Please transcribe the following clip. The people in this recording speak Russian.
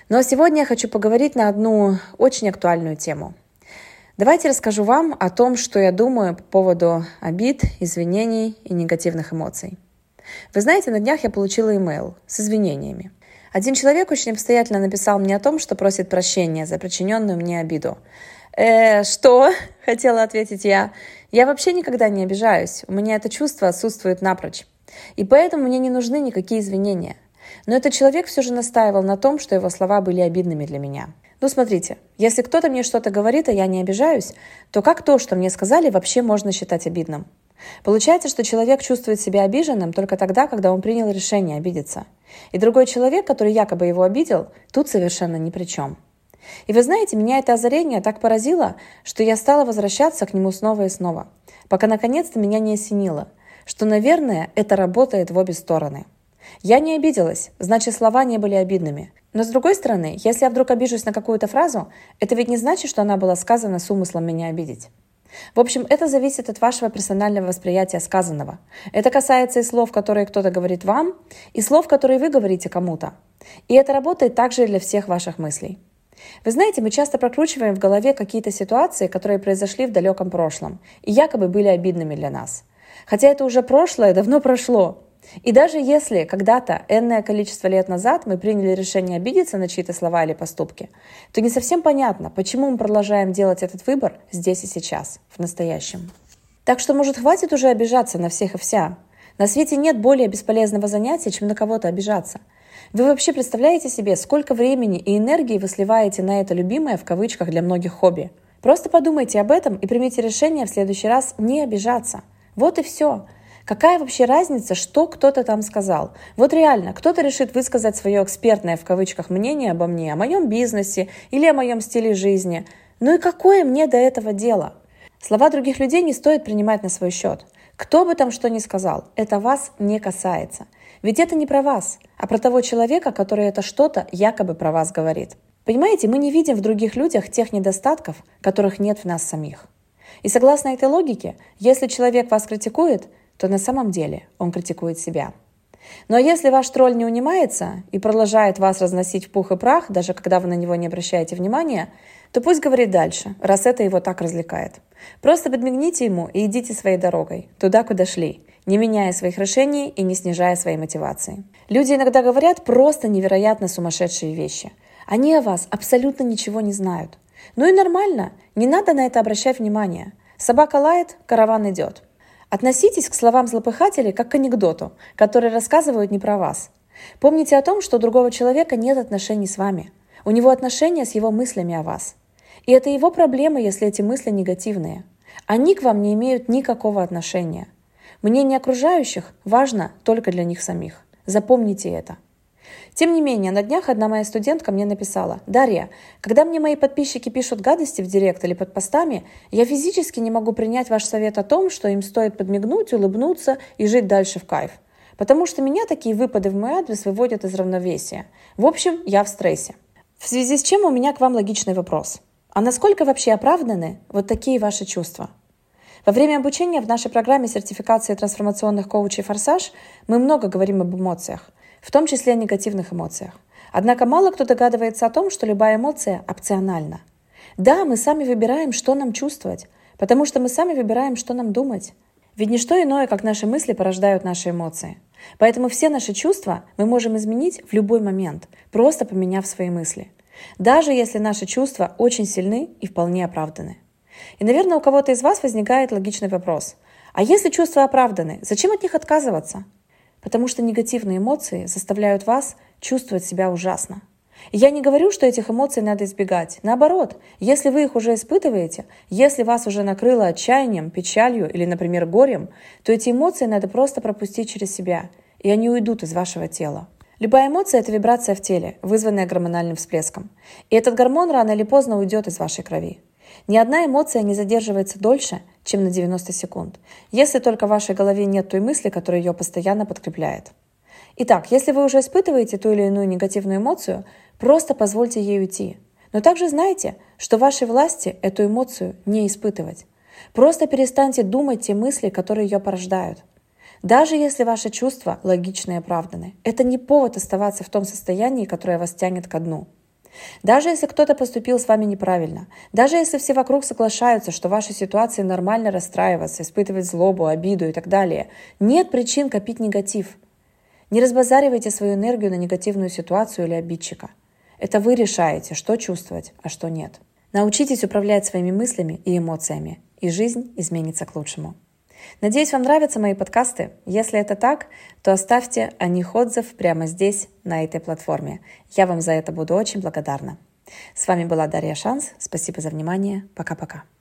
Но сегодня я хочу поговорить на одну очень актуальную тему. Давайте расскажу вам о том, что я думаю по поводу обид, извинений и негативных эмоций. Вы знаете, на днях я получила имейл с извинениями. Один человек очень обстоятельно написал мне о том, что просит прощения за причиненную мне обиду. Что? — хотела ответить я. Я вообще никогда не обижаюсь, у меня это чувство отсутствует напрочь. И поэтому мне не нужны никакие извинения. Но этот человек все же настаивал на том, что его слова были обидными для меня. Смотрите, если кто-то мне что-то говорит, а я не обижаюсь, то как то, что мне сказали, вообще можно считать обидным? Получается, что человек чувствует себя обиженным только тогда, когда он принял решение обидеться. И другой человек, который якобы его обидел, тут совершенно ни при чем. И вы знаете, меня это озарение так поразило, что я стала возвращаться к нему снова и снова, пока наконец-то меня не осенило, что, наверное, это работает в обе стороны. Я не обиделась, значит, слова не были обидными. Но с другой стороны, если я вдруг обижусь на какую-то фразу, это ведь не значит, что она была сказана с умыслом меня обидеть. В общем, это зависит от вашего персонального восприятия сказанного. Это касается и слов, которые кто-то говорит вам, и слов, которые вы говорите кому-то. И это работает также и для всех ваших мыслей. Вы знаете, мы часто прокручиваем в голове какие-то ситуации, которые произошли в далеком прошлом, и якобы были обидными для нас. Хотя это уже прошлое давно прошло. И даже если когда-то, энное количество лет назад, мы приняли решение обидеться на чьи-то слова или поступки, то не совсем понятно, почему мы продолжаем делать этот выбор здесь и сейчас, в настоящем. Так что, может, хватит уже обижаться на всех и вся? На свете нет более бесполезного занятия, чем на кого-то обижаться. Вы вообще представляете себе, сколько времени и энергии вы сливаете на это любимое в кавычках для многих хобби? Просто подумайте об этом и примите решение в следующий раз не обижаться. Вот и все. Какая вообще разница, что кто-то там сказал? Вот реально, кто-то решит высказать свое экспертное в кавычках мнение обо мне, о моем бизнесе или о моем стиле жизни. Ну и какое мне до этого дело? Слова других людей не стоит принимать на свой счет. Кто бы там что ни сказал, это вас не касается. Ведь это не про вас, а про того человека, который это что-то якобы про вас говорит. Понимаете, мы не видим в других людях тех недостатков, которых нет в нас самих. И согласно этой логике, если человек вас критикует, то на самом деле он критикует себя. Но если ваш тролль не унимается и продолжает вас разносить в пух и прах, даже когда вы на него не обращаете внимания, то пусть говорит дальше, раз это его так развлекает. Просто подмигните ему и идите своей дорогой, туда, куда шли, не меняя своих решений и не снижая своей мотивации. Люди иногда говорят просто невероятно сумасшедшие вещи. Они о вас абсолютно ничего не знают. Ну и нормально, не надо на это обращать внимание. Собака лает, караван идет. Относитесь к словам злопыхателей как к анекдоту, который рассказывают не про вас. Помните о том, что у другого человека нет отношений с вами. У него отношения с его мыслями о вас. И это его проблема, если эти мысли негативные. Они к вам не имеют никакого отношения. Мнение окружающих важно только для них самих. Запомните это. Тем не менее, на днях одна моя студентка мне написала: «Дарья, когда мне мои подписчики пишут гадости в директ или под постами, я физически не могу принять ваш совет о том, что им стоит подмигнуть, улыбнуться и жить дальше в кайф. Потому что меня такие выпады в мой адрес выводят из равновесия. В общем, я в стрессе». В связи с чем у меня к вам логичный вопрос. А насколько вообще оправданы вот такие ваши чувства? Во время обучения в нашей программе сертификации трансформационных коучей «Форсаж» мы много говорим об эмоциях, в том числе о негативных эмоциях. Однако мало кто догадывается о том, что любая эмоция опциональна. Да, мы сами выбираем, что нам чувствовать, потому что мы сами выбираем, что нам думать. Ведь ничто иное, как наши мысли, порождают наши эмоции. Поэтому все наши чувства мы можем изменить в любой момент, просто поменяв свои мысли. Даже если наши чувства очень сильны и вполне оправданы. И, наверное, у кого-то из вас возникает логичный вопрос. А если чувства оправданы, зачем от них отказываться? Потому что негативные эмоции заставляют вас чувствовать себя ужасно. И я не говорю, что этих эмоций надо избегать. Наоборот, если вы их уже испытываете, если вас уже накрыло отчаянием, печалью или, например, горем, то эти эмоции надо просто пропустить через себя, и они уйдут из вашего тела. Любая эмоция – это вибрация в теле, вызванная гормональным всплеском. И этот гормон рано или поздно уйдет из вашей крови. Ни одна эмоция не задерживается дольше, чем на 90 секунд, если только в вашей голове нет той мысли, которая ее постоянно подкрепляет. Итак, если вы уже испытываете ту или иную негативную эмоцию, просто позвольте ей уйти. Но также знайте, что в вашей власти эту эмоцию не испытывать. Просто перестаньте думать те мысли, которые ее порождают. Даже если ваши чувства логичны и оправданы, это не повод оставаться в том состоянии, которое вас тянет ко дну. Даже если кто-то поступил с вами неправильно, даже если все вокруг соглашаются, что в вашей ситуации нормально расстраиваться, испытывать злобу, обиду и так далее, нет причин копить негатив. Не разбазаривайте свою энергию на негативную ситуацию или обидчика. Это вы решаете, что чувствовать, а что нет. Научитесь управлять своими мыслями и эмоциями, и жизнь изменится к лучшему. Надеюсь, вам нравятся мои подкасты. Если это так, то оставьте о них отзыв прямо здесь, на этой платформе. Я вам за это буду очень благодарна. С вами была Дарья Шанс. Спасибо за внимание. Пока-пока.